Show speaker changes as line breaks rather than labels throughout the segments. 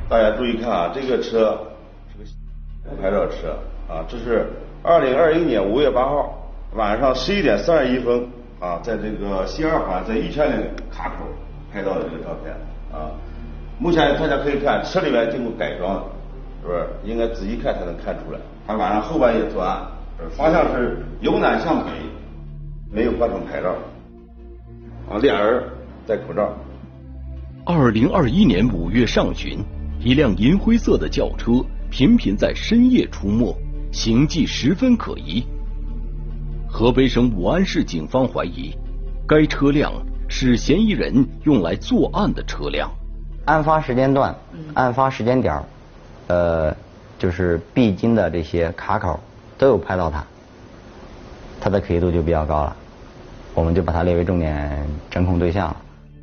大家注意看啊，这个车是个无牌照车啊，这是2021年5月8号晚上11点31分啊，在这个西二环在玉泉岭卡口拍到的这个照片啊。目前大家可以看车里面经过改装，是不是？应该仔细看才能看出来。他晚上后半夜作案，方向是由南向北，没有换成牌照啊，俩人戴口罩。
2021年5月上旬，一辆银灰色的轿车频频在深夜出没，行迹十分可疑。河北省武安市警方怀疑，该车辆是嫌疑人用来作案的车辆。
案发时间段、案发时间点就是必经的这些卡口都有拍到它的可疑度就比较高了，我们就把它列为重点侦控对象了。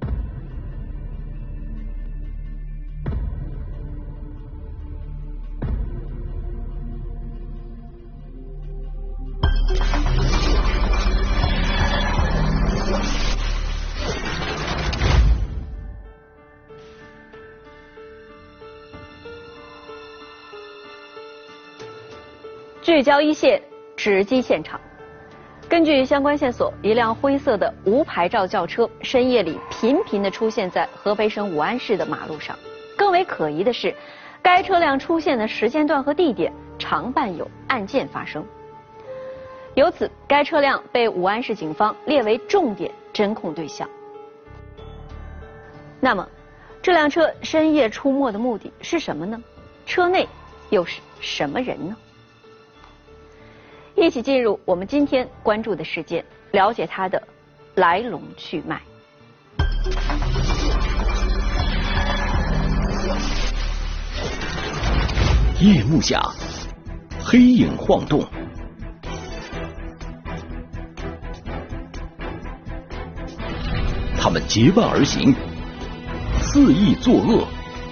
聚焦一线，直击现场。根据相关线索，一辆灰色的无牌照轿车深夜里频频地出现在河北省武安市的马路上。更为可疑的是，该车辆出现的时间段和地点常伴有案件发生。由此，该车辆被武安市警方列为重点侦控对象。那么，这辆车深夜出没的目的是什么呢？车内又是什么人呢？一起进入我们今天关注的事件，了解它的来龙去脉。
夜幕下，黑影晃动，他们结伴而行，肆意作恶。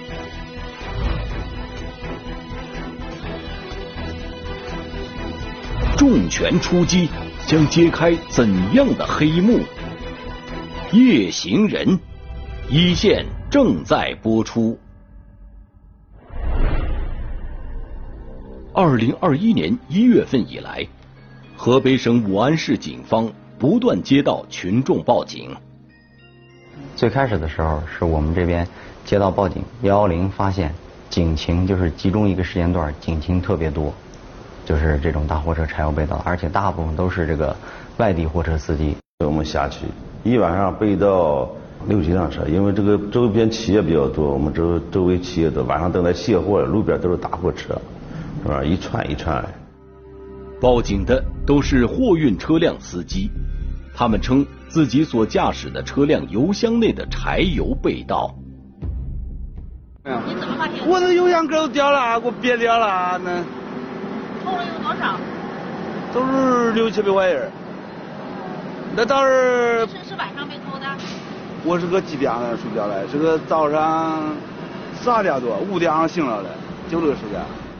重拳出击，将揭开怎样的黑幕？夜行人，一线正在播出。2021年1月份以来，河北省武安市警方不断接到群众报警。
最开始的时候是我们这边接到报警110，发现警情就是集中一个时间段，警情特别多。就是这种大货车柴油被盗，而且大部分都是这个外地货车司机。
我们辖区一晚上被盗6、7辆车，因为这个周边企业比较多，我们周围企业多，晚上等待卸货，路边都是大货车，是吧？一串一串来。
报警的都是货运车辆司机，他们称自己所驾驶的车辆油箱内的柴油被盗。
你怎么发现？
我的油箱盖都掉了，给我别掉了那。
偷了有多少？
都是6、700块钱。那倒是。
是晚上被偷的？
我是个几点睡觉来？是个早上4、2点多，5点上醒了的，就这个时间。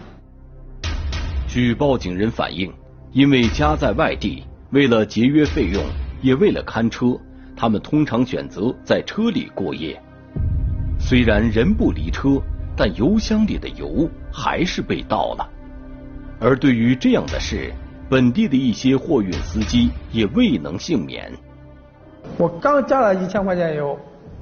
据报警人反映，因为家在外地，为了节约费用，也为了看车，他们通常选择在车里过夜。虽然人不离车，但油箱里的油还是被盗了。而对于这样的事，本地的一些货运司机也未能幸免。
我刚加了1000块钱油，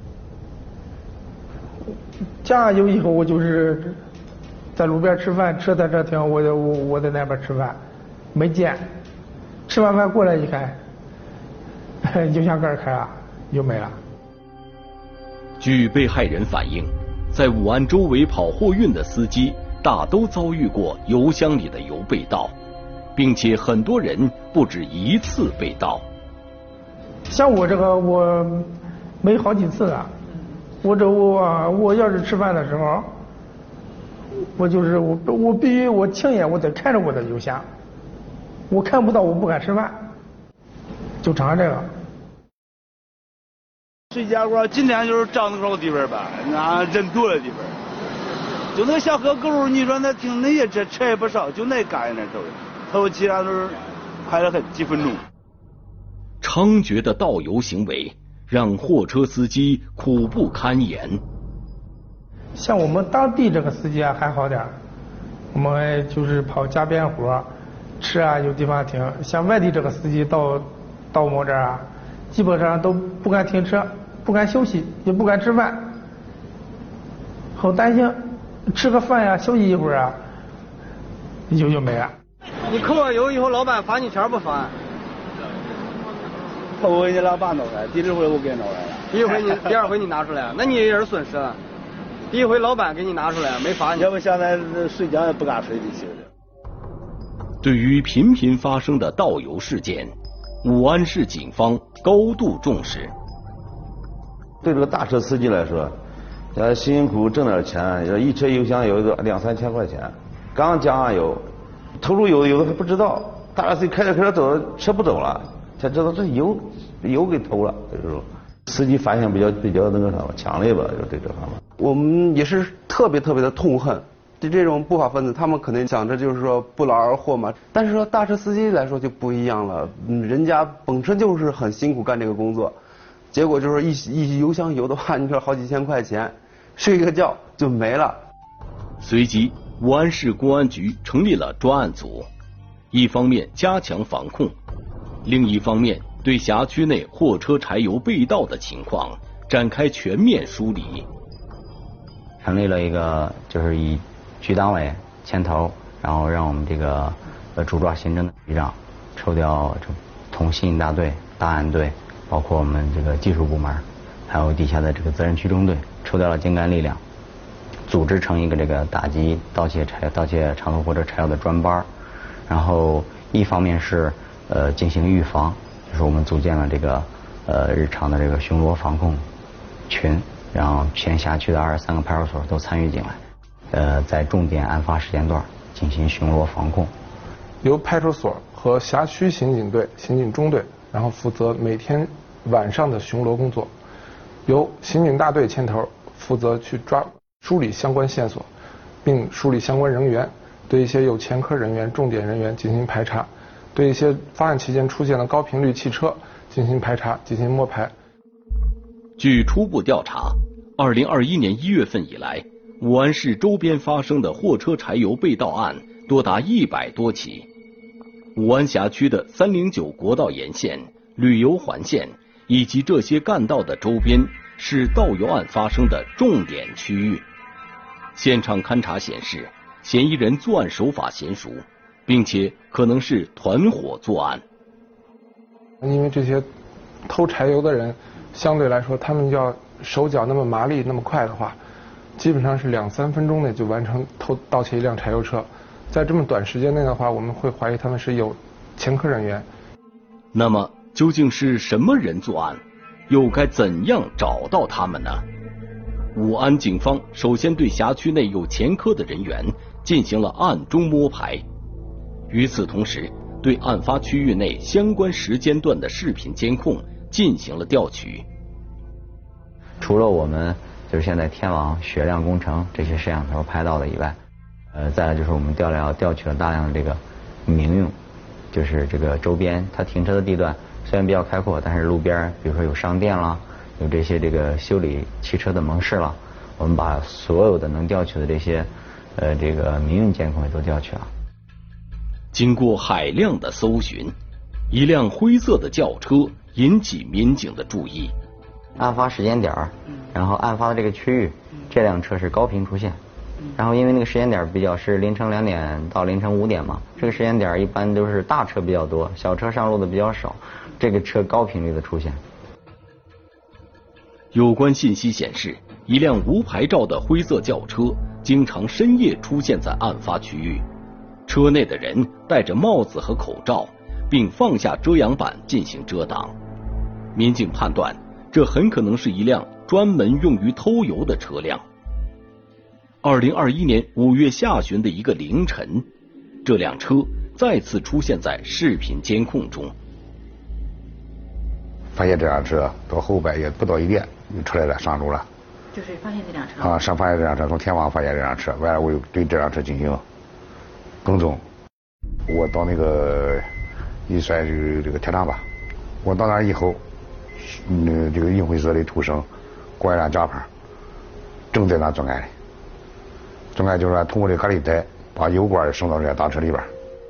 加了油以后，我就是在路边吃饭，车在这停，我在那边吃饭，没见。吃完饭过来一看，油箱盖开了，油没了。
据被害人反映，在武安周围跑货运的司机大都遭遇过油箱里的油被盗，并且很多人不止一次被盗。
像我这个，我没好几次了。我要是吃饭的时候，我必须我亲眼我得看着我的油箱，我看不到我不敢吃饭，就成了这个。
睡觉我今天就是找那种地方吧，那人多的地方。就那小河沟路，你说那停那些车也不少，就那干那偷其他都是快了很几分钟。
猖獗的盗油行为让货车司机苦不堪言。
像我们当地这个司机啊还好点儿，我们就是跑家边活，吃啊有地方停。像外地这个司机到我们这儿啊，基本上都不敢停车，不敢休息，也不敢吃饭，好担心吃个饭呀休息一会儿啊，油就没了。
你扣了油以后，老板罚你钱不罚？
头回你老板弄来，第二回我给弄来了。
第二回你拿出来，那你也是损失了。第一回老板给你拿出来，没罚你。
要不现在睡觉也不敢睡的，其实。
对于频频发生的盗油事件，武安市警方高度重视。
对这个大车司机来说，辛辛苦苦挣点钱，一车油箱有一个2、3千块钱，刚加上油，投入有的还不知道，大车司机开着走，车不走了，才知道这油给偷了。这时候司机反应比较那个什么强烈吧，就对这方面。
我们也是特别的痛恨，对这种不法分子，他们可能想着就是说不劳而获嘛。但是说大车司机来说就不一样了，人家本身就是很辛苦干这个工作，结果就是一油箱油的话，你说好几千块钱，睡个觉就没了。
随即，武安市公安局成立了专案组，一方面加强防控，另一方面对辖区内货车柴油被盗的情况展开全面梳理。
成立了一个就是以局党委牵头，然后让我们这个主抓刑侦的局长抽调同刑警大队、大案队，包括我们这个技术部门，还有底下的这个责任区中队，抽调了精干力量，组织成一个这个打击盗窃长途货车柴油的专班，然后一方面是进行预防，就是我们组建了这个日常的这个巡逻防控群，让全辖区的23个派出所都参与进来，在重点案发时间段进行巡逻防控。
由派出所和辖区刑警队、刑警中队，然后负责每天晚上的巡逻工作，由刑警大队牵头，负责去梳理相关线索，并梳理相关人员，对一些有前科人员、重点人员进行排查，对一些发案期间出现的高频率汽车进行排查、进行摸排。
据初步调查，2021年1月份以来，武安市周边发生的货车柴油被盗案多达100多起。武安辖区的309国道沿线、旅游环线以及这些干道的周边是盗油案发生的重点区域。现场勘查显示，嫌疑人作案手法娴熟，并且可能是团伙作案。
因为这些偷柴油的人相对来说，他们要手脚那么麻利、那么快的话，基本上是2、3分钟内就完成盗窃一辆柴油车。在这么短时间内的话，我们会怀疑他们是有前科人员。
那么，究竟是什么人作案？又该怎样找到他们呢？武安警方首先对辖区内有前科的人员进行了暗中摸排，与此同时，对案发区域内相关时间段的视频监控进行了调取。
除了我们就是现在天网、雪亮工程这些摄像头拍到的以外，再来就是我们调取了大量的这个民用，就是这个周边它停车的地段虽然比较开阔，但是路边比如说有商店啦，有这些这个修理汽车的门市啦，我们把所有的能调取的这些这个民用监控也都调取了。
经过海量的搜寻，一辆灰色的轿车引起民警的注意。
案发时间点，然后案发的这个区域，这辆车是高频出现。然后因为那个时间点比较是凌晨2点到凌晨5点嘛，这个时间点一般都是大车比较多，小车上路的比较少，这个车高频率的出现。
有关信息显示，一辆无牌照的灰色轿车经常深夜出现在案发区域，车内的人戴着帽子和口罩，并放下遮阳板进行遮挡。民警判断，这很可能是一辆专门用于偷油的车辆。2021年5月下旬的一个凌晨，这辆车再次出现在视频监控中。
发现这辆车到后半夜不到1点就出来了，上路了。
就是发现这辆车
发现这辆车，从天网发现这辆车，完了我又对这辆车进行跟踪。我到那个一算就是这个铁厂吧，我到那以后，这个银灰色的途胜，过一辆甲牌，正在那作案的。 总该就是说通过这隔离带把油罐送到这大车里边。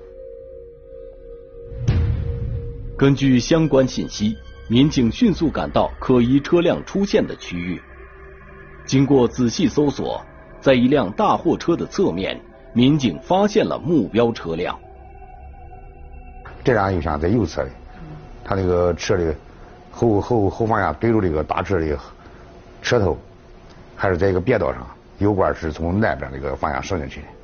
根据相关信息，民警迅速赶到可疑车辆出现的区域。经过仔细搜索，在一辆大货车的侧面，民警发现了目标车辆。
这辆油箱在右侧的，他那个车的后方向对着这个大车的车头，还是在一个别道上，油罐是从那边这个方向伸进去的。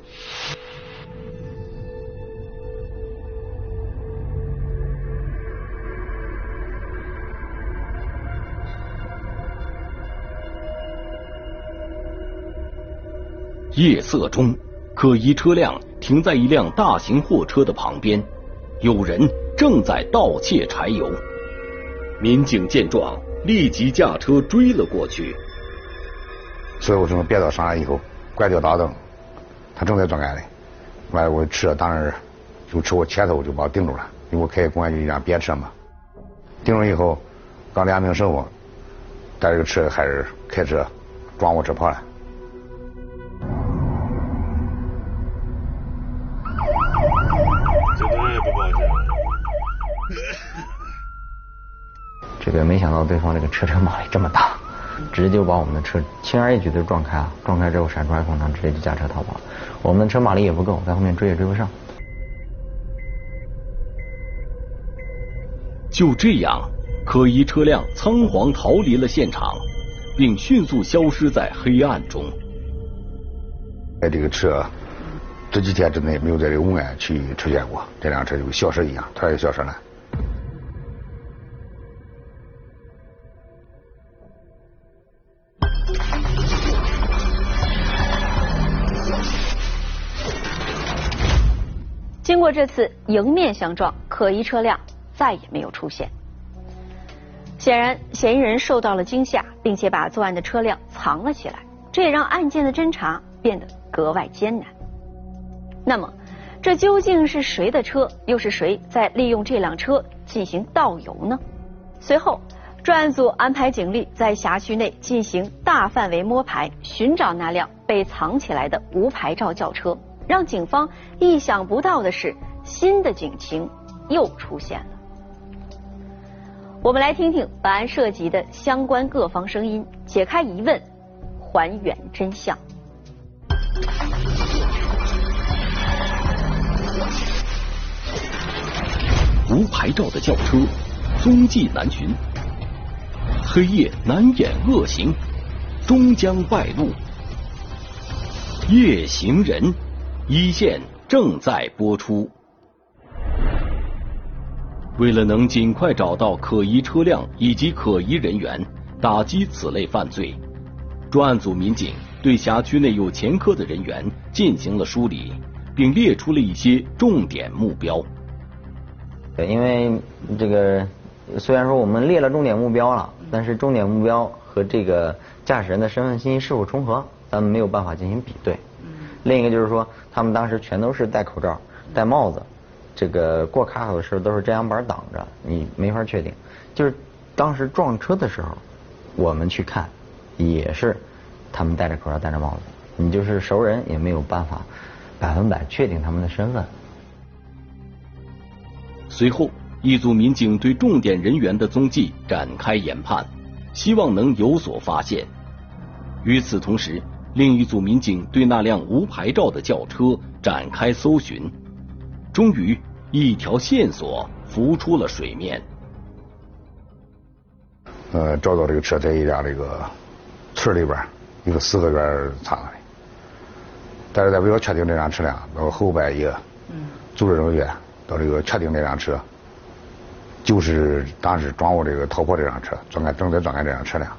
夜色中，可疑车辆停在一辆大型货车的旁边，有人正在盗窃柴油。民警见状，立即驾车追了过去。
所以我从别道上来以后，拐掉大灯，他正在转弯嘞。完了，我车当然就车我前头就把我顶住了，因为我开公安局一辆别车嘛。顶住以后，刚2名生物带这个车还是开车撞我车跑了。
这个没想到对方这个车马力这么大，直接就把我们的车轻而易举的撞开了。撞开之后闪出来空档，直接就驾车逃跑了。我们的车马力也不够，在后面追也追不上。
就这样，可疑车辆仓皇逃离了现场，并迅速消失在黑暗中。
这个车这几天之内没有在这个文安区出现过，这辆车就消失一样，突然就消失了。
经过这次迎面相撞，可疑车辆再也没有出现。显然，嫌疑人受到了惊吓，并且把作案的车辆藏了起来，这也让案件的侦查变得格外艰难。那么，这究竟是谁的车？又是谁在利用这辆车进行盗油呢？随后，专案组安排警力在辖区内进行大范围摸排，寻找那辆被藏起来的无牌照轿车。让警方意想不到的是，新的警情又出现了。我们来听听本案涉及的相关各方声音，解开疑问，还原真相。
无牌照的轿车踪迹难寻，黑夜难掩恶行，终将败露。夜行人，一线正在播出。为了能尽快找到可疑车辆以及可疑人员，打击此类犯罪，专案组民警对辖区内有前科的人员进行了梳理，并列出了一些重点目标。
对，因为这个虽然说我们列了重点目标了，但是重点目标和这个驾驶人的身份信息是否重合，咱们没有办法进行比对。另一个就是说，他们当时全都是戴口罩、戴帽子，这个过卡口的时候都是遮阳板挡着，你没法确定。就是当时撞车的时候，我们去看，也是他们戴着口罩、戴着帽子，你就是熟人也没有办法100%确定他们的身份。
随后，一组民警对重点人员的踪迹展开研判，希望能有所发现。与此同时，另一组民警对那辆无牌照的轿车展开搜寻，终于一条线索浮出了水面。
找到这个车在一辆这个村里边一个4合院藏的，但是在为了确定这辆车辆，到后半夜组织人员到这个确定这辆车就是当时撞我这个逃跑这辆车，正在撞开这辆车辆。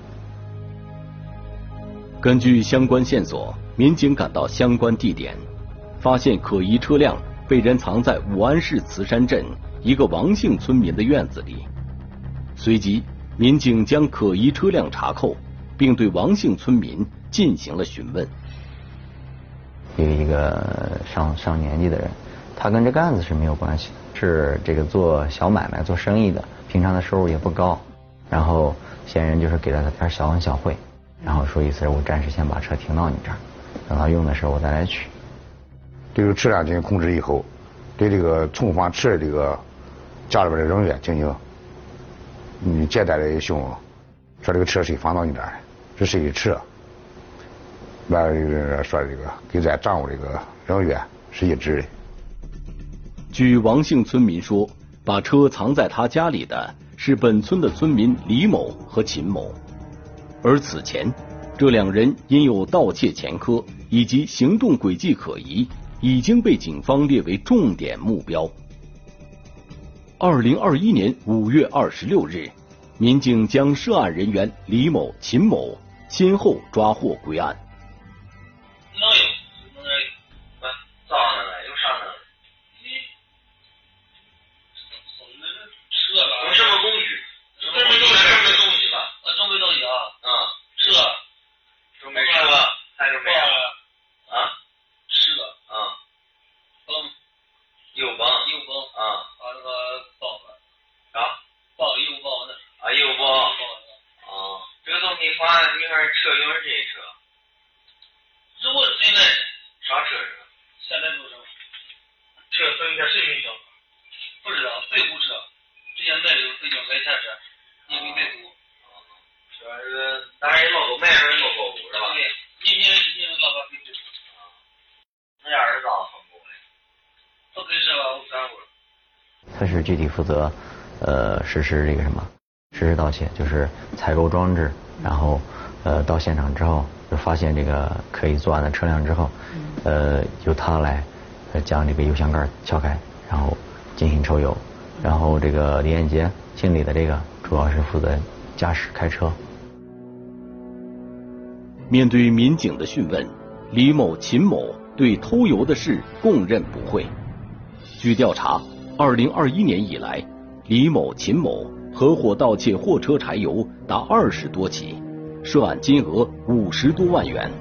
根据相关线索，民警赶到相关地点，发现可疑车辆被人藏在武安市慈山镇一个王姓村民的院子里。随即，民警将可疑车辆查扣，并对王姓村民进行了询问。
有一个上年纪的人，他跟这个案子是没有关系的，是这个做小买卖、做生意的，平常的收入也不高。然后嫌疑人就是给了他点小恩小惠，然后说意思是我暂时先把车停到你这儿， 等他用的时候我再来取。
对这个车辆进行控制以后，对这个存放车的这个家里边的人员进行接待的询问，说这个车谁放到你这儿的，是谁的车。完了，有人说这个跟咱掌握这个人员是一致的。
据王姓村民说，把车藏在他家里的是本村的村民李某和秦某，而此前这两人因有盗窃前科以及行动轨迹可疑，已经被警方列为重点目标。2021年5月26日，民警将涉案人员李某、秦某先后抓获归案。
有什么工具？准备东西吧。准备东西啊。车。准备车，还准备啥？车。泵。油泵。把那个包子。啥？油包呢？油包。这个东西放你看车用的谁车？是我自己买的。啥车是？现在都是。车分一下谁没交？不知道，北湖车。之前买的北京白菜车，也没白租。主要是当然也没买人没保护是吧？对，你老板没对。那样是咋分工的？不跟车吧，我干过。
他是具体负责实施这个实施盗窃，就是采购装置，然后到现场之后就发现这个可以作案的车辆之后，由他来将这个油箱盖撬开，然后进行抽油。然后这个李彦杰姓李的这个主要是负责驾驶开车。
面对民警的讯问，李某、秦某对偷油的事供认不讳。据调查，2021年以来，李某、秦某合伙盗窃货车柴油达20多起，涉案金额50多万元。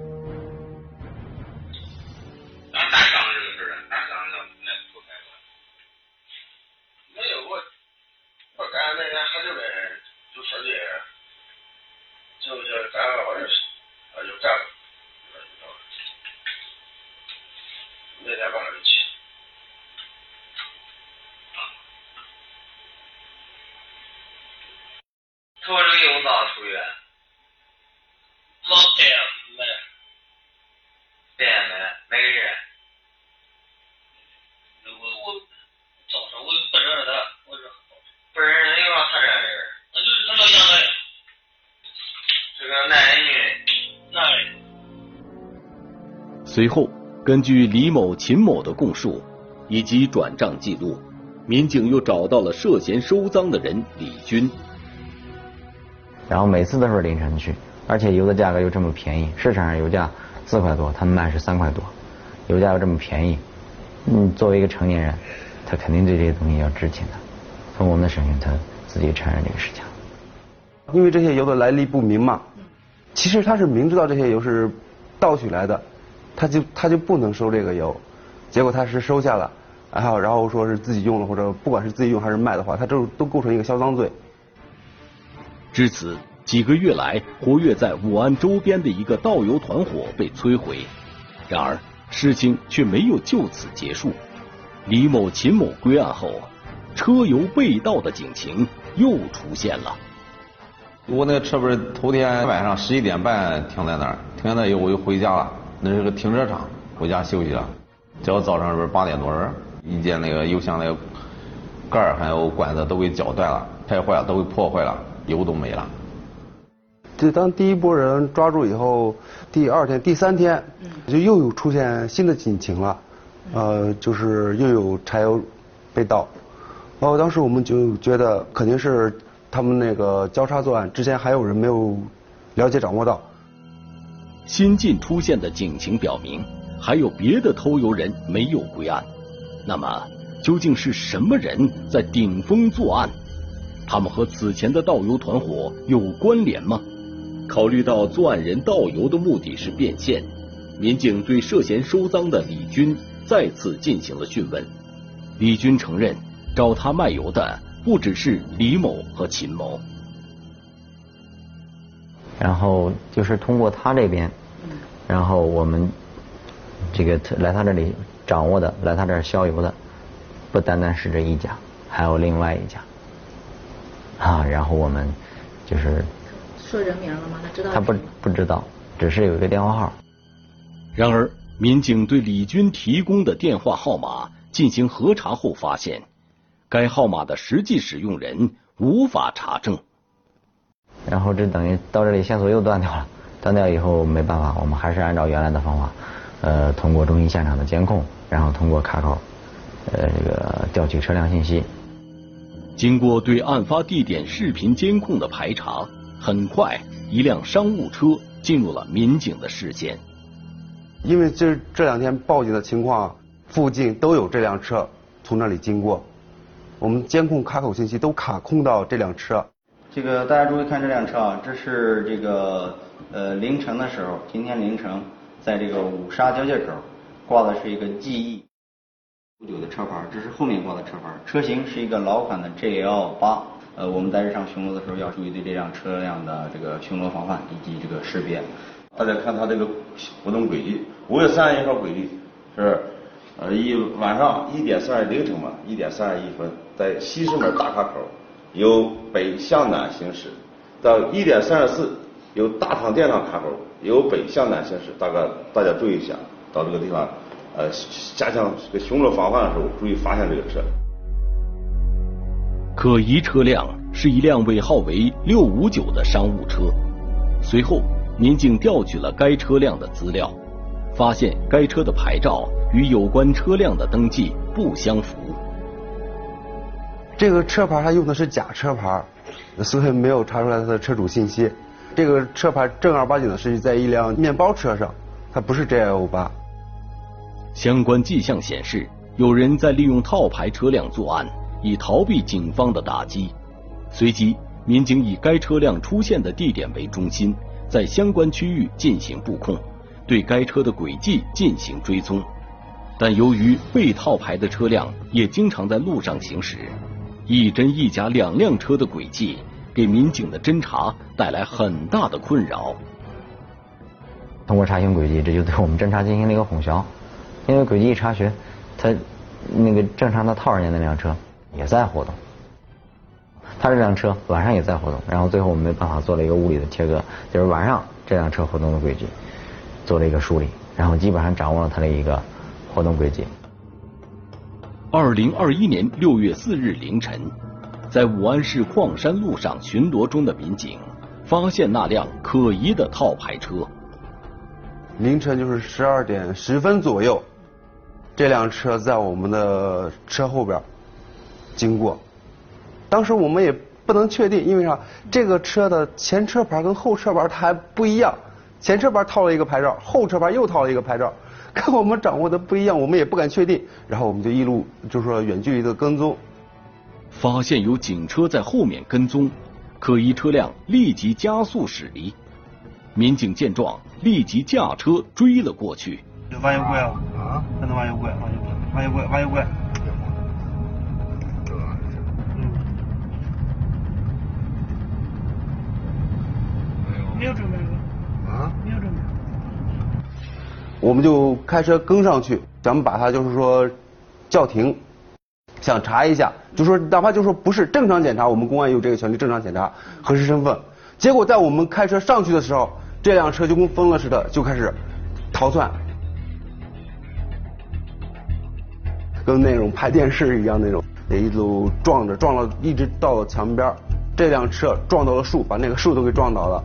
偷这个油咋出院？老别买。别买，买给谁？我早上我不认识他，我说不认识他，有啥他认识人？那就是他叫杨来。这个男的女的？男
的。随后，根据李某、秦某的供述以及转账记录，民警又找到了涉嫌收赃的人李军。
然后每次都是凌晨去，而且油的价格又这么便宜，市场上油价4块多，他们卖是3块多，油价又这么便宜，作为一个成年人，他肯定对这些东西要知情的。从我们的审讯，他自己承认这个事情。
因为这些油的来历不明嘛，其实他是明知道这些油是盗取来的，他就不能收这个油，结果他是收下了，然后说是自己用了，或者不管是自己用还是卖的话，他都构成一个销赃罪。
至此，几个月来活跃在武安周边的一个盗油团伙被摧毁。然而，事情却没有就此结束。李某、秦某归案后，车油被盗的警情又出现了。
我那个车不是头天晚上11点半停在那儿，停在那以后我就回家了，那是个停车场，回家休息了。结果早上是8点多钟，一见那个油箱那个盖儿还有管子都给绞断了，拆坏了，都给破坏了。油都没了。
就当第一波人抓住以后，第2天、第3天，就又有出现新的警情了，就是又有柴油被盗，然后当时我们就觉得肯定是他们那个交叉作案，之前还有人没有了解掌握到。
新近出现的警情表明，还有别的偷油人没有归案。那么，究竟是什么人在顶风作案？他们和此前的盗油团伙有关联吗？考虑到作案人盗油的目的是变现，民警对涉嫌收赃的李军再次进行了讯问。李军承认，找他卖油的不只是李某和秦某。
然后就是通过他这边， 然后我们这个来他这里掌握的，来他这儿消油的，不单单是这一家，还有另外一家。然后我们就是
说人名了吗？他知道？
他不知道，只是有一个电话号。
然而，民警对李军提供的电话号码进行核查后发现，该号码的实际使用人无法查证。
然后这等于到这里线索又断掉了，断掉以后没办法，我们还是按照原来的方法，通过中心现场的监控，然后通过卡口，这个调取车辆信息。
经过对案发地点视频监控的排查，很快一辆商务车进入了民警的视线。
因为这2天报警的情况，附近都有这辆车从那里经过，我们监控卡口信息都卡控到这辆车。
这个大家注意看这辆车啊，这是这个凌晨的时候，今天凌晨，在这个五沙交界口挂的是一个 GE59的车牌，这是后面挂的车牌，车型是一个老款的 GL8。我们在日常巡逻的时候要注意对这辆车辆的这个巡逻防范以及这个识别。
大家看它这个活动轨迹，5月31号轨迹是晚上1点31凌晨嘛1点31分，在西直门大卡口由北向南行驶，到1点34由大塘电厂卡口由北向南行驶。大家注意一下，到这个地方加强这个巡逻防范的时候，注意发现这个车。
可疑车辆是一辆尾号为659的商务车。随后，民警调取了该车辆的资料，发现该车的牌照与有关车辆的登记不相符。
这个车牌它用的是假车牌，所以没有查出来它的车主信息。这个车牌正儿八经的是在一辆面包车上，它不是 GL8。
相关迹象显示，有人在利用套牌车辆作案，以逃避警方的打击。随即，民警以该车辆出现的地点为中心，在相关区域进行布控，对该车的轨迹进行追踪。但由于被套牌的车辆也经常在路上行驶，一真一假2辆车的轨迹给民警的侦查带来很大的困扰。
通过查询轨迹，这就对我们侦查进行了一个混淆，因为轨迹一查询，它那个正常的套人家那辆车也在活动，他这辆车晚上也在活动，然后最后我们没办法做了一个物理的切割，就是晚上这辆车活动的轨迹做了一个梳理，然后基本上掌握了它的一个活动轨迹。
2021年6月4日凌晨，在武安市矿山路上巡逻中的民警发现那辆可疑的套牌车。
凌晨就是12点10分左右，这辆车在我们的车后边经过。当时我们也不能确定，因为啥？这个车的前车牌跟后车牌它还不一样，前车牌套了一个牌照，后车牌又套了一个牌照，跟我们掌握的不一样，我们也不敢确定。然后我们就一路就是说远距离的跟踪，
发现有警车在后面跟踪，可疑车辆立即加速驶离。民警见状，立即驾车追了过去。
往右拐啊！真的往右拐，往右拐，往右拐。
没有准备了啊？没有准备。
我们就开车跟上去，咱们把它就是说叫停，想查一下，就说哪怕就说不是正常检查，我们公安有这个权利正常检查核实身份。结果在我们开车上去的时候，这辆车就跟疯了似的就开始逃窜，跟那种拍电视一样那种，一路撞了一直到了墙边，这辆车撞到了树，把那个树都给撞倒了。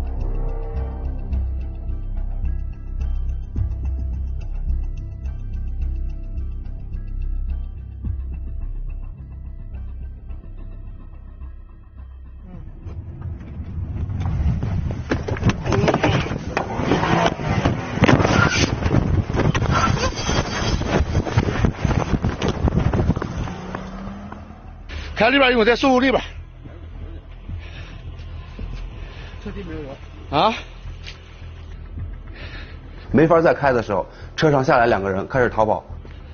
开里边因为在树里边。
车底没有
啊？
没法再开的时候，车上下来2个人开始逃跑。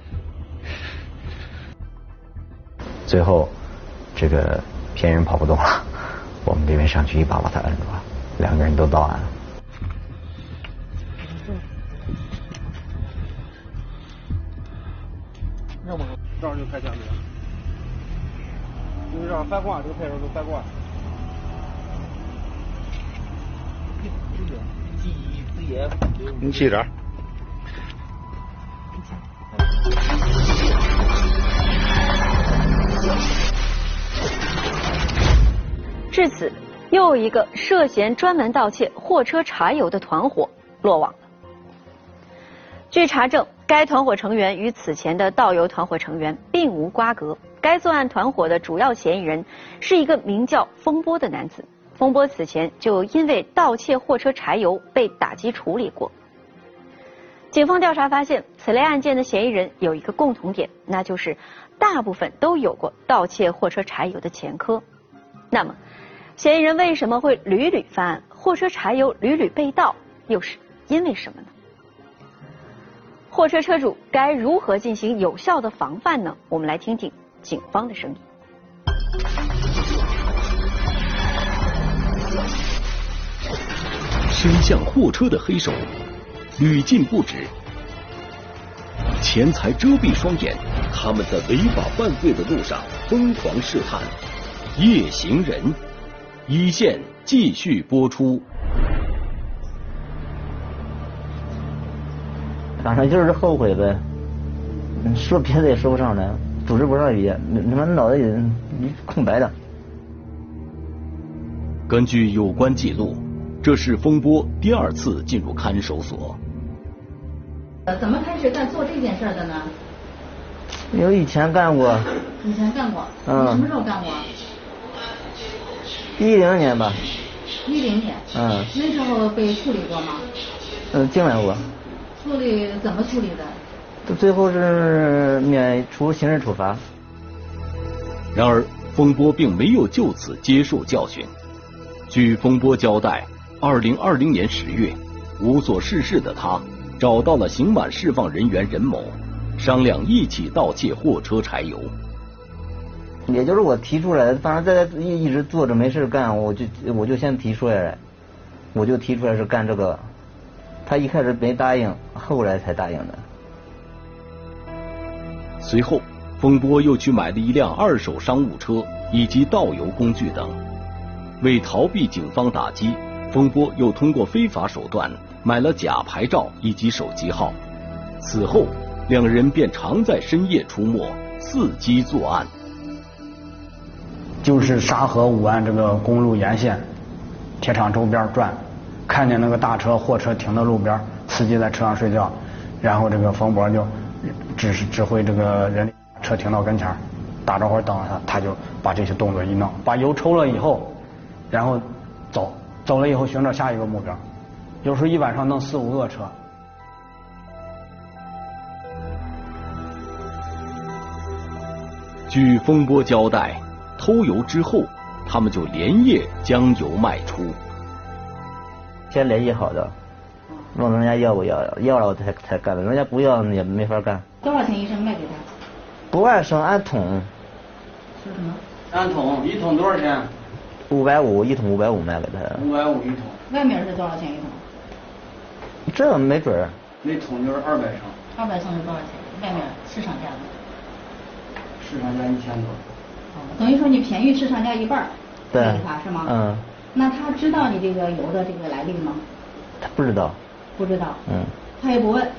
最后，这个骗人跑不动了，我们这边上去一把把他摁住了，2个人都到案了。
要不这儿就开枪去了，因为这儿翻挂，这个派出所都翻挂。
你去这儿。
至此，又一个涉嫌专门盗窃货车柴油的团伙落网了。据查证，该团伙成员与此前的盗油团伙成员并无瓜葛。该作案团伙的主要嫌疑人是一个名叫风波的男子。风波此前就因为盗窃货车柴油被打击处理过。警方调查发现，此类案件的嫌疑人有一个共同点，那就是大部分都有过盗窃货车柴油的前科。那么，嫌疑人为什么会屡屡犯案？货车柴油屡屡被盗，又是因为什么呢？货车车主该如何进行有效的防范呢？我们来听听警方的声音。
伸向货车的黑手屡禁不止，钱财遮蔽双眼，他们在违法犯罪的路上疯狂试探。夜行人，一线继续播出。
反正就是后悔呗，说别的也说不上来，组织不上语言，他妈脑袋里空白的。
根据有关记录，这是风波第二次进入看守所。
怎么开始做这件事的呢？
因为以前干过。
以前干过。你什么时候干过
？10年吧。
10年。那时候被处理过吗？
进来过。
处理怎么处理的？
最后是免除刑事处罚。
然而，风波并没有就此接受教训。据风波交代，2020年10月，无所事事的他找到了刑满释放人员任某，商量一起盗窃货车柴油。
也就是我提出来，反正在这一直坐着没事干，我就先提出来，我就提出来是干这个。他一开始没答应，后来才答应的。
随后，风波又去买了一辆二手商务车以及盗油工具等。为逃避警方打击，风波又通过非法手段买了假牌照以及手机号。此后，两人便常在深夜出没，伺机作案。
就是沙河武安这个公路沿线，铁厂周边转，看见那个大车、货车停在路边，司机在车上睡觉，然后这个冯博就指挥这个人车停到跟前，打着火等着他就把这些动作一弄，把油抽了以后，然后走了以后寻找下一个目标，有时候一晚上弄4、5个车。
据风波交代，偷油之后，他们就连夜将油卖出。
先联系好的，问人家要不要，要了我才干的，人家不要也没法干。
多少钱一升卖给他？
不按升，按桶。
说什么？
按桶，一桶多少钱
？550，一桶550卖给他。
550一桶。
外面是多少钱一桶？
这没准儿。
那桶就是200升。
200升是多少钱？外面市场价呢？
市场价1000多。
等于说你便宜市场价1半，
对
给他是吗？
嗯。
那他知道你这个油的这个来历吗？
他不知道。
不知道。
嗯。
他也不问。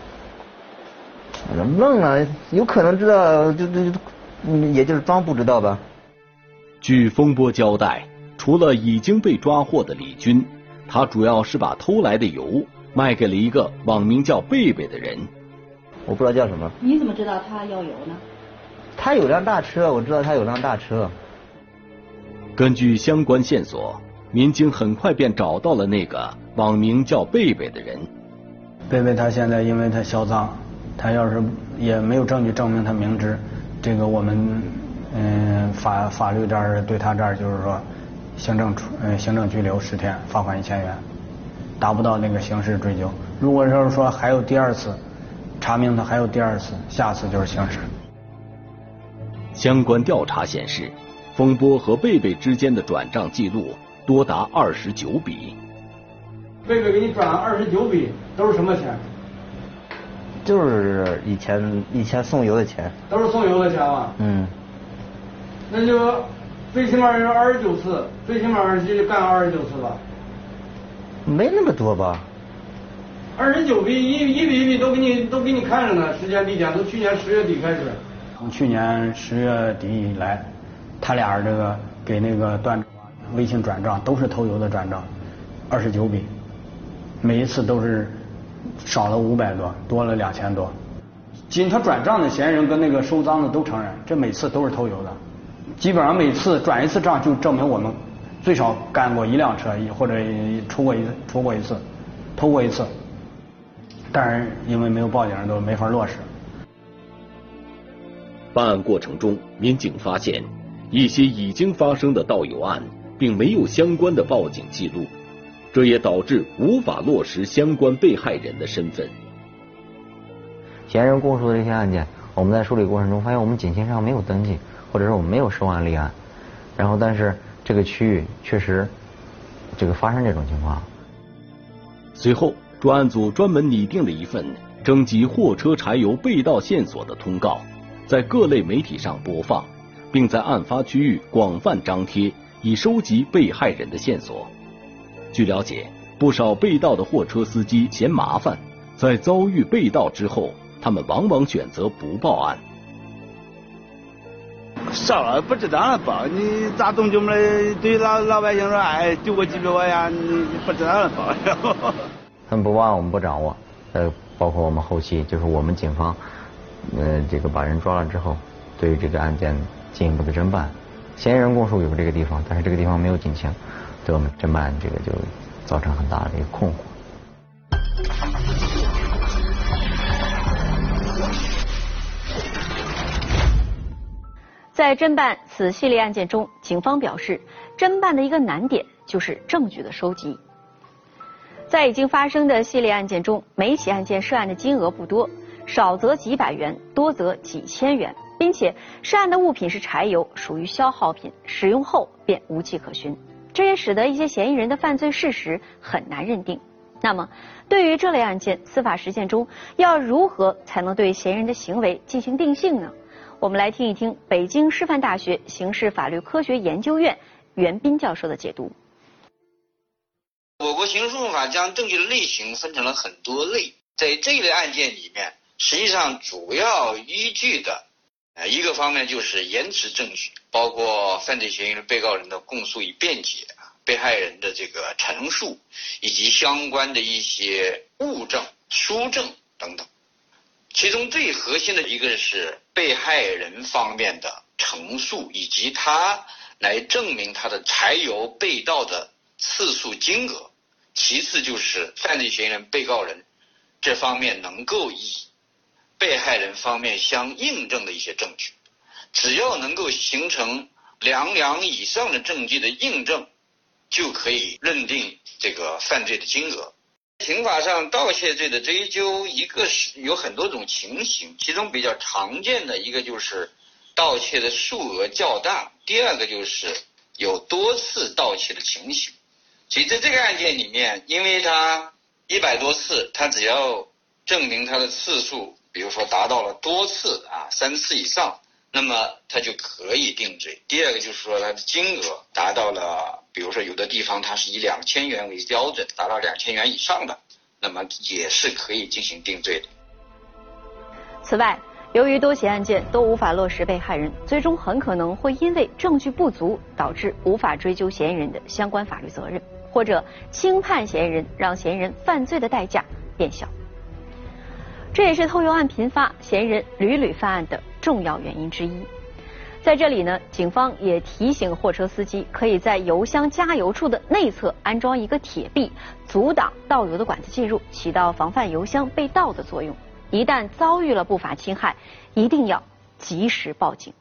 问了，有可能知道，也就是装不知道吧。
据风波交代，除了已经被抓获的李军，他主要是把偷来的油卖给了一个网名叫贝贝的人。
我不知道叫什么。
你怎么知道他要油呢？
他有辆大车，我知道他有辆大车。
根据相关线索，民警很快便找到了那个网名叫贝贝的人。
贝贝他现在因为他销赃，他要是也没有证据证明他明知，这个我们法律这儿对他这儿就是说行政拘留10天，罚款1000元，达不到那个刑事追究。如果要是说还有第2次，查明他还有第2次，下次就是刑事。
相关调查显示，风波和贝贝之间的转账记录多达29笔。
贝贝给你转了29笔，都是什么钱？
就是以前送油的钱。
都是送油的钱吗？
嗯。
那就最起码是29次，最起码是干29次吧？
没那么多吧
？29笔一笔一笔都给你看着呢，时间地点都去年10月底开始。
从去年10月底以来，他俩这个给那个段微信转账都是偷油的转账，29笔，每一次都是少了500多，多了2000多。仅他转账的嫌疑人跟那个收赃的都承认，这每次都是偷油的。基本上每次转一次账就证明我们最少干过1辆车，或者出过一次，偷过一次。但是因为没有报警，都没法落实。
办案过程中，民警发现一些已经发生的盗油案并没有相关的报警记录，这也导致无法落实相关被害人的身份。
嫌疑人供述的这些案件，我们在梳理过程中发现我们警情上没有登记，或者是我们没有收案立案，然后但是这个区域确实发生这种情况。
随后专案组专门拟定了一份征集货车柴油被盗线索的通告，在各类媒体上播放，并在案发区域广泛张贴，以收集被害人的线索。据了解，不少被盗的货车司机嫌麻烦，在遭遇被盗之后，他们往往选择不报案。
少了不值当的报，你咋动就没对老百姓说，哎，丢个几百块钱，你不值当的报。
他们不报案，我们不掌握。包括我们后期就是我们警方，把人抓了之后，对于这个案件进一步的侦办。嫌疑人供述有这个地方，但是这个地方没有警情，对我们侦办这个就造成很大的一个困惑。
在侦办此系列案件中，警方表示，侦办的一个难点就是证据的收集。在已经发生的系列案件中，每起案件涉案的金额不多，少则几百元，多则几千元，并且涉案的物品是柴油，属于消耗品，使用后便无迹可寻。这也使得一些嫌疑人的犯罪事实很难认定。那么，对于这类案件，司法实践中要如何才能对嫌疑人的行为进行定性呢？我们来听一听北京师范大学刑事法律科学研究院袁斌教授的解读。
我国刑事诉讼法将证据的类型分成了很多类，在这一类案件里面，实际上主要依据的一个方面就是延迟证据，包括犯罪嫌疑人、被告人的供述与辩解，被害人的这个陈述，以及相关的一些物证、书证等等。其中最核心的一个是被害人方面的陈述，以及他来证明他的柴油被盗的次数金额。其次就是犯罪嫌疑人、被告人这方面能够以被害人方面相印证的一些证据，只要能够形成2以上的证据的印证，就可以认定这个犯罪的金额。刑法上盗窃罪的追究，一个是有很多种情形，其中比较常见的一个就是盗窃的数额较大，第二个就是有多次盗窃的情形。所以在这个案件里面，因为他100多次，他只要证明他的次数，比如说达到了多次3次以上，那么他就可以定罪。第二个就是说他的金额达到了，比如说有的地方它是以2000元为标准，达到2000元以上的，那么也是可以进行定罪的。
此外，由于多起案件都无法落实被害人，最终很可能会因为证据不足，导致无法追究嫌疑人的相关法律责任，或者轻判嫌疑人，让嫌疑人犯罪的代价变小。这也是偷油案频发、嫌疑人屡屡犯案的重要原因之一。在这里呢，警方也提醒货车司机，可以在油箱加油处的内侧安装一个铁臂，阻挡倒油的管子进入，起到防范油箱被盗的作用。一旦遭遇了不法侵害，一定要及时报警。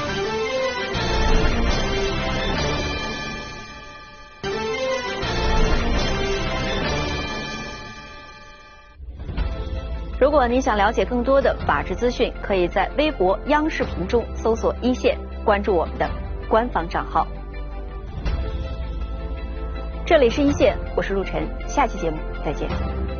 如果您想了解更多的法治资讯，可以在微博、央视频中搜索一线，关注我们的官方账号。这里是一线，我是陆晨，下期节目再见。